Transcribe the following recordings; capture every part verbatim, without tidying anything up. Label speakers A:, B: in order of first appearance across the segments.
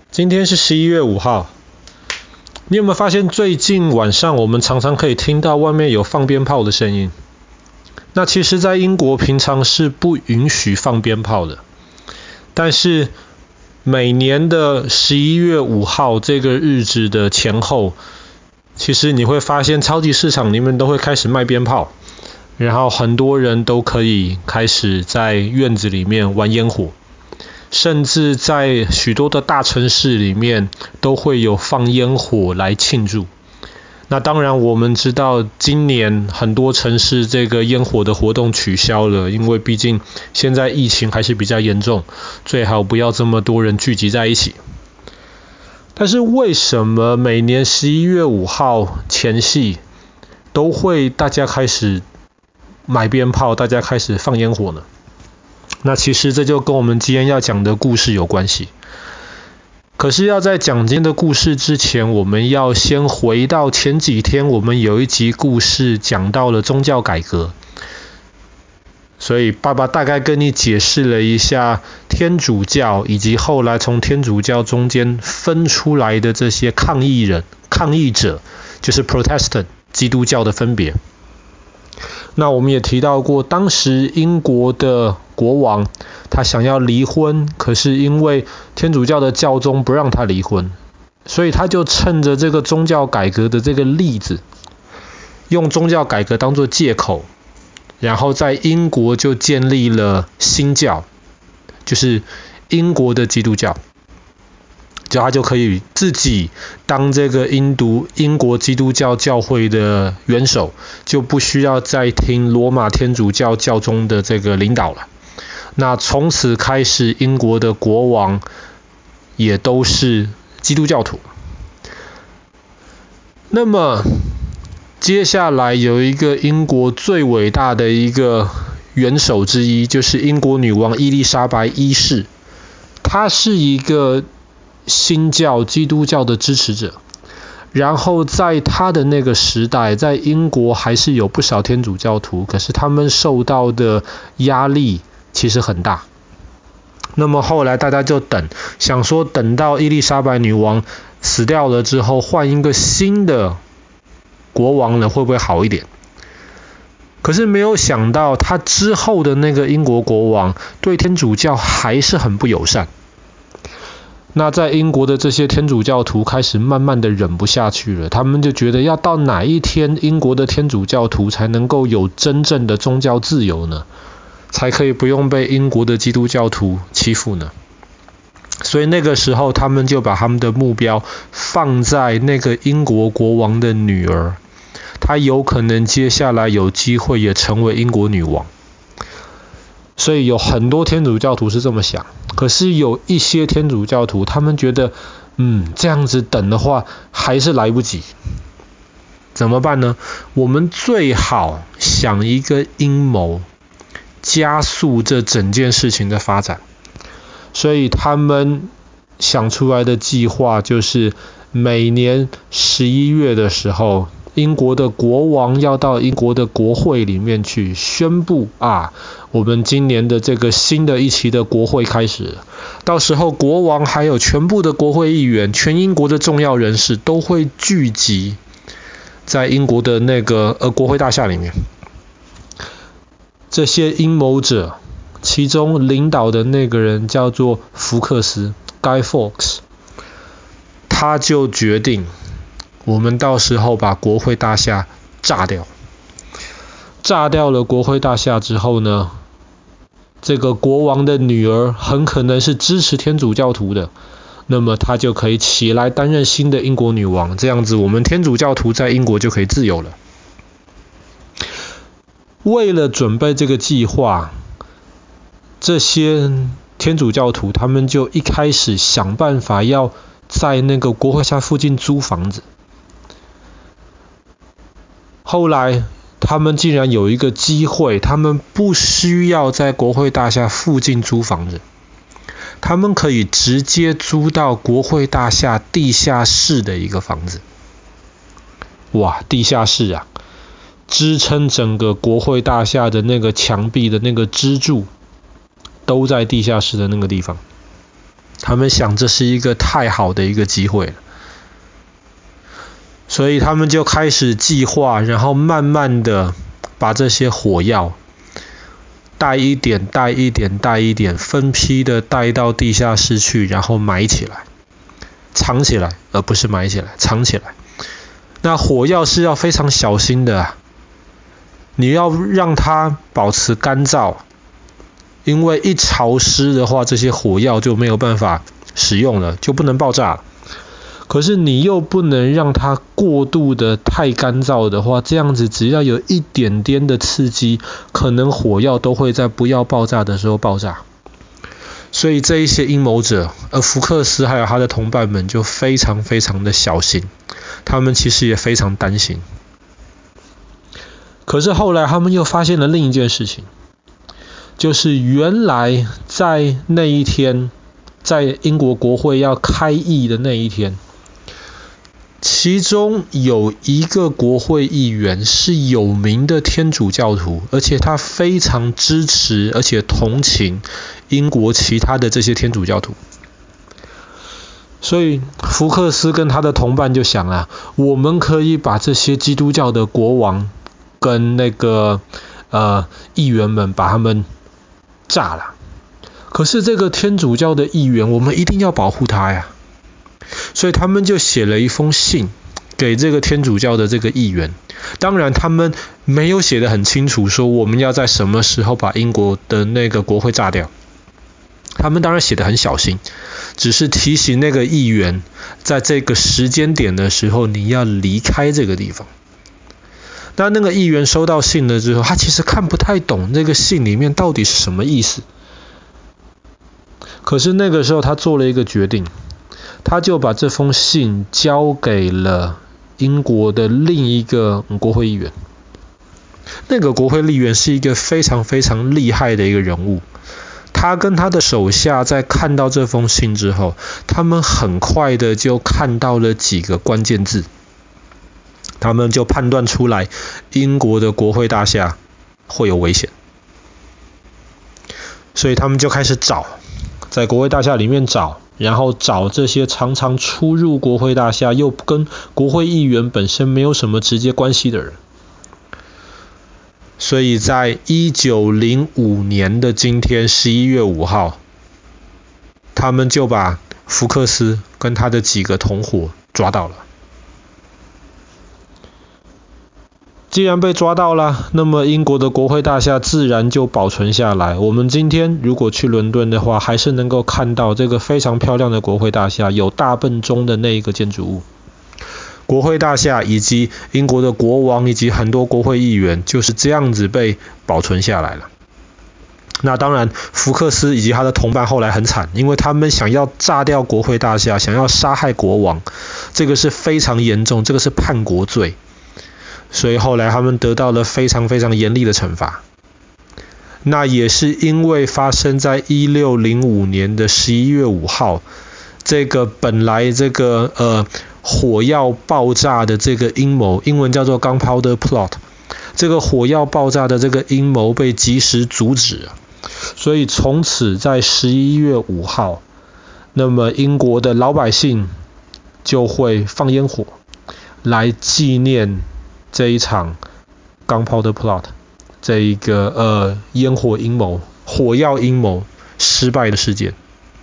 A: 今天是十一月五号，你有没有发现最近晚上我们常常可以听到外面有放鞭炮的声音？那其实在英国平常是不允许放鞭炮的，但是每年的十一月五号这个日子的前后，其实你会发现超级市场里面都会开始卖鞭炮，然后很多人都可以开始在院子里面玩烟火，甚至在许多的大城市里面都会有放烟火来庆祝。那当然我们知道今年很多城市这个烟火的活动取消了，因为毕竟现在疫情还是比较严重，最好不要这么多人聚集在一起。但是为什么每年十一月五号前夕都会大家开始买鞭炮，大家开始放烟火呢？那其实这就跟我们今天要讲的故事有关系。可是要在讲今天的故事之前，我们要先回到前几天我们有一集故事讲到了宗教改革。所以爸爸大概跟你解释了一下天主教以及后来从天主教中间分出来的这些抗议人、抗议者，就是 Protestant 基督教的分别。那我们也提到过，当时英国的国王他想要离婚，可是因为天主教的教宗不让他离婚，所以他就趁着这个宗教改革的这个例子，用宗教改革当作借口，然后在英国就建立了新教，就是英国的基督教，就他就可以自己当这个英读英国基督教教会的元首，就不需要再听罗马天主教教宗的这个领导了。那从此开始，英国的国王也都是基督教徒。那么接下来有一个英国最伟大的一个元首之一，就是英国女王伊丽莎白一世，她是一个新教基督教的支持者，然后在他的那个时代，在英国还是有不少天主教徒，可是他们受到的压力其实很大。那么后来大家就等，想说等到伊丽莎白女王死掉了之后，换一个新的国王了，会不会好一点？可是没有想到，他之后的那个英国国王对天主教还是很不友善。那在英国的这些天主教徒开始慢慢的忍不下去了，他们就觉得要到哪一天英国的天主教徒才能够有真正的宗教自由呢？才可以不用被英国的基督教徒欺负呢？所以那个时候他们就把他们的目标放在那个英国国王的女儿，她有可能接下来有机会也成为英国女王。所以有很多天主教徒是这么想，可是有一些天主教徒他们觉得嗯，这样子等的话还是来不及，怎么办呢？我们最好想一个阴谋，加速这整件事情的发展。所以他们想出来的计划就是每年十一月的时候，英国的国王要到英国的国会里面去宣布啊，我们今年的这个新的一期的国会开始了。到时候国王还有全部的国会议员，全英国的重要人士都会聚集在英国的那个呃国会大厦里面。这些阴谋者其中领导的那个人叫做福克斯 Guy Fawkes， 他就决定我们到时候把国会大厦炸掉。炸掉了国会大厦之后呢，这个国王的女儿很可能是支持天主教徒的，那么她就可以起来担任新的英国女王，这样子我们天主教徒在英国就可以自由了。为了准备这个计划，这些天主教徒他们就一开始想办法要在那个国会下附近租房子。后来他们竟然有一个机会，他们不需要在国会大厦附近租房子，他们可以直接租到国会大厦地下室的一个房子。哇，地下室啊，支撑整个国会大厦的那个墙壁的那个支柱都在地下室的那个地方。 他们想这是一个太好的一个机会了，所以他们就开始计划，然后慢慢的把这些火药带一点带一点带一点分批的带到地下室去，然后埋起来，藏起来，而不是埋起来，藏起来。那火药是要非常小心的啊，你要让它保持干燥，因为一潮湿的话，这些火药就没有办法使用了，就不能爆炸了。可是你又不能让它过度的太干燥的话，这样子只要有一点点的刺激，可能火药都会在不要爆炸的时候爆炸。所以这一些阴谋者，而福克斯还有他的同伴们就非常非常的小心，他们其实也非常担心。可是后来他们又发现了另一件事情，就是原来在那一天，在英国国会要开议的那一天，其中有一个国会议员是有名的天主教徒，而且他非常支持而且同情英国其他的这些天主教徒。所以福克斯跟他的同伴就想啊，我们可以把这些基督教的国王跟那个呃议员们把他们炸了，可是这个天主教的议员我们一定要保护他呀。所以他们就写了一封信给这个天主教的这个议员，当然他们没有写得很清楚说我们要在什么时候把英国的那个国会炸掉，他们当然写得很小心，只是提醒那个议员在这个时间点的时候你要离开这个地方。那那个议员收到信了之后，他其实看不太懂这个信里面到底是什么意思，可是那个时候他做了一个决定，他就把这封信交给了英国的另一个国会议员。那个国会议员是一个非常非常厉害的一个人物，他跟他的手下在看到这封信之后，他们很快的就看到了几个关键字，他们就判断出来英国的国会大厦会有危险，所以他们就开始找，在国会大厦里面找，然后找这些常常出入国会大厦又跟国会议员本身没有什么直接关系的人。所以在一九零五年的今天十一月五号，他们就把福克斯跟他的几个同伙抓到了。既然被抓到了，那么英国的国会大厦自然就保存下来。我们今天如果去伦敦的话，还是能够看到这个非常漂亮的国会大厦，有大笨钟的那一个建筑物。国会大厦以及英国的国王以及很多国会议员就是这样子被保存下来了。那当然福克斯以及他的同伴后来很惨，因为他们想要炸掉国会大厦，想要杀害国王，这个是非常严重，这个是叛国罪，所以后来他们得到了非常非常严厉的惩罚。那也是因为发生在一六零五年的十一月五号，这个本来这个呃火药爆炸的这个阴谋，英文叫做 Gunpowder Plot， 这个火药爆炸的这个阴谋被及时阻止，所以从此在十一月五号，那么英国的老百姓就会放烟火来纪念这一场 Gunpowder Plot， 这一个呃烟火阴谋、火药阴谋失败的事件。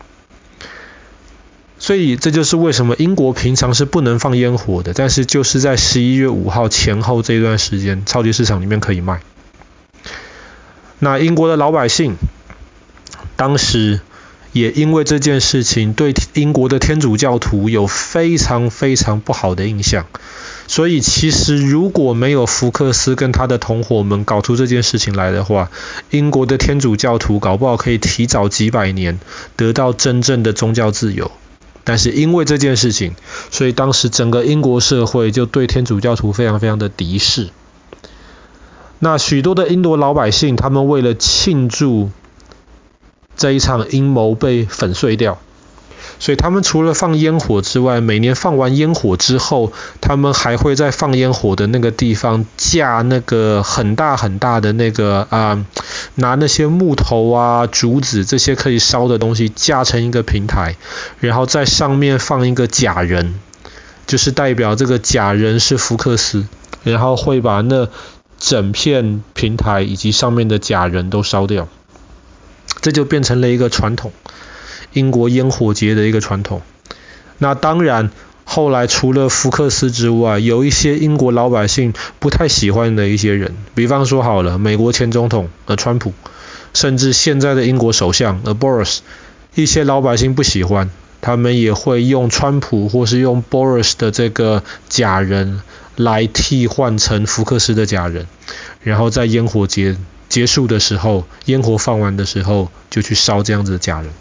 A: 所以这就是为什么英国平常是不能放烟火的，但是就是在十一月五号前后这段时间，超级市场里面可以卖。那英国的老百姓当时也因为这件事情对英国的天主教徒有非常非常不好的印象，所以其实如果没有福克斯跟他的同伙们搞出这件事情来的话，英国的天主教徒搞不好可以提早几百年得到真正的宗教自由。但是因为这件事情，所以当时整个英国社会就对天主教徒非常非常的敌视。那许多的英国老百姓，他们为了庆祝这一场阴谋被粉碎掉， 所以他们除了放烟火之外，每年放完烟火之后，他们还会在放烟火的那个地方架那个很大很大的那个啊、呃，拿那些木头啊、竹子这些可以烧的东西架成一个平台，然后在上面放一个假人，就是代表这个假人是福克斯，然后会把那整片平台以及上面的假人都烧掉，这就变成了一个传统，英国烟火节的一个传统。那当然后来除了福克斯之外，有一些英国老百姓不太喜欢的一些人，比方说好了，美国前总统呃川普，甚至现在的英国首相呃 Boris， 一些老百姓不喜欢，他们也会用川普或是用 Boris 的这个假人来替换成福克斯的假人，然后在烟火节结束的时候，烟火放完的时候就去烧这样子的假人。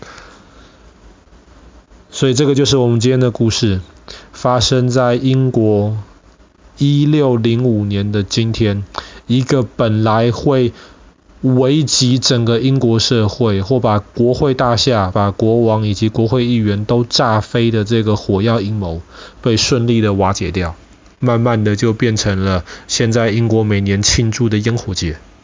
A: 所以这个就是我们今天的故事，发生在英国一六零五年的今天，一个本来会危及整个英国社会，或把国会大厦、把国王以及国会议员都炸飞的这个火药阴谋，被顺利的瓦解掉，慢慢的就变成了现在英国每年庆祝的烟火节。